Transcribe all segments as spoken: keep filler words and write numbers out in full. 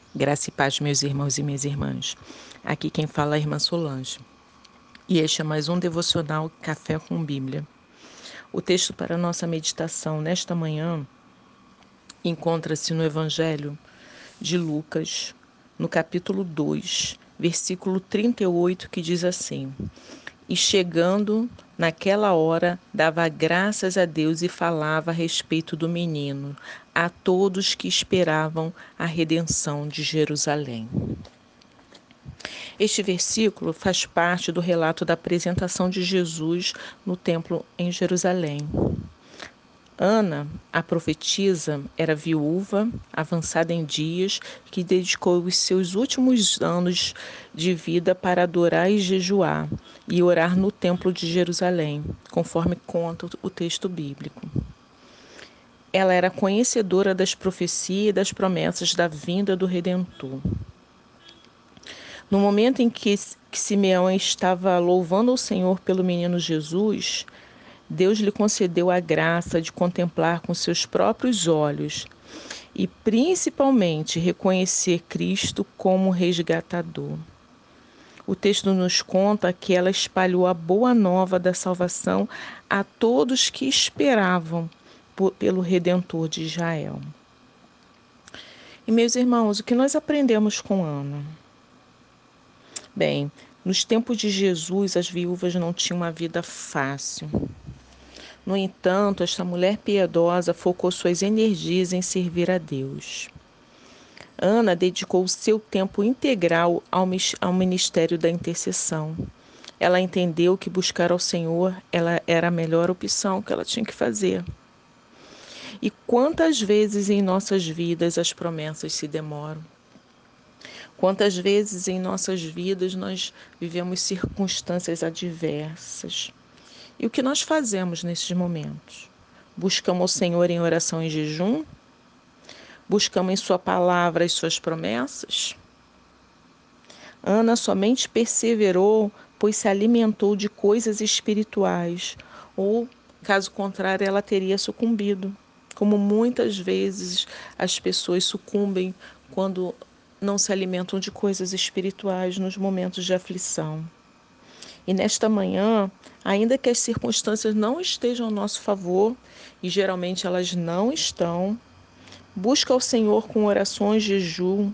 Graça e paz, meus irmãos e minhas irmãs. Aqui quem fala é a irmã Solange. E este é mais um devocional Café com Bíblia. O texto para nossa meditação nesta manhã encontra-se no Evangelho de Lucas, no capítulo dois, versículo trinta e oito, que diz assim: E chegando naquela hora, dava graças a Deus e falava a respeito do menino a todos que esperavam a redenção de Jerusalém. Este versículo faz parte do relato da apresentação de Jesus no templo em Jerusalém. Ana, a profetisa, era viúva, avançada em dias, que dedicou os seus últimos anos de vida para adorar e jejuar e orar no templo de Jerusalém, conforme conta o texto bíblico. Ela era conhecedora das profecias e das promessas da vinda do Redentor. No momento em que, que Simeão estava louvando ao Senhor pelo menino Jesus, Deus lhe concedeu a graça de contemplar com seus próprios olhos e, principalmente, reconhecer Cristo como resgatador. O texto nos conta que ela espalhou a boa nova da salvação a todos que esperavam por, pelo Redentor de Israel. E, meus irmãos, o que nós aprendemos com Ana? Bem, nos tempos de Jesus, as viúvas não tinham uma vida fácil. No entanto, esta mulher piedosa focou suas energias em servir a Deus. Ana dedicou seu tempo integral ao ministério da intercessão. Ela entendeu que buscar ao Senhor ela era a melhor opção que ela tinha que fazer. E quantas vezes em nossas vidas as promessas se demoram? Quantas vezes em nossas vidas nós vivemos circunstâncias adversas? E o que nós fazemos nesses momentos? Buscamos o Senhor em oração e jejum? Buscamos em sua palavra as suas promessas? Ana somente perseverou, pois se alimentou de coisas espirituais, ou, caso contrário, ela teria sucumbido, como muitas vezes as pessoas sucumbem quando não se alimentam de coisas espirituais nos momentos de aflição. E nesta manhã, ainda que as circunstâncias não estejam ao nosso favor, e geralmente elas não estão, busca ao Senhor com orações, jejum,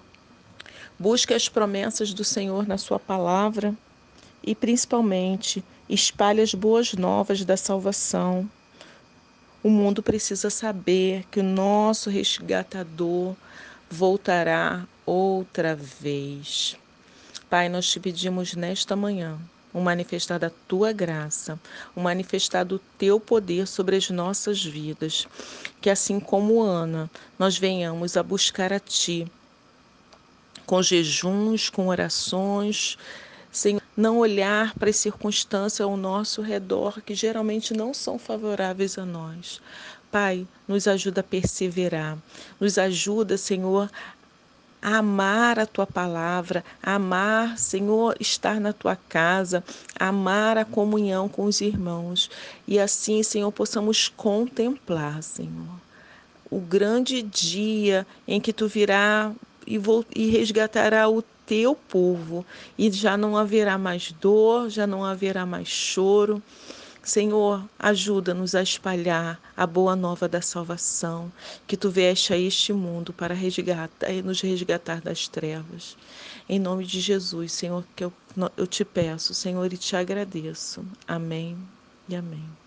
busca as promessas do Senhor na sua palavra e, principalmente, espalhe as boas novas da salvação. O mundo precisa saber que o nosso resgatador voltará outra vez. Pai, nós te pedimos nesta manhã um manifestar da tua graça, um manifestar do teu poder sobre as nossas vidas, que assim como Ana, nós venhamos a buscar a ti, com jejuns, com orações, sem não olhar para as circunstâncias ao nosso redor, que geralmente não são favoráveis a nós. Pai, nos ajuda a perseverar, nos ajuda, Senhor, a amar a Tua palavra, a amar, Senhor, estar na Tua casa, a amar a comunhão com os irmãos. E assim, Senhor, possamos contemplar, Senhor, o grande dia em que Tu virá e, e resgatará o Teu povo. E já não haverá mais dor, já não haverá mais choro. Senhor, ajuda-nos a espalhar a boa nova da salvação, que Tu vieste a este mundo para resgatar, nos resgatar das trevas. Em nome de Jesus, Senhor, que eu, eu te peço, Senhor, e te agradeço. Amém e amém.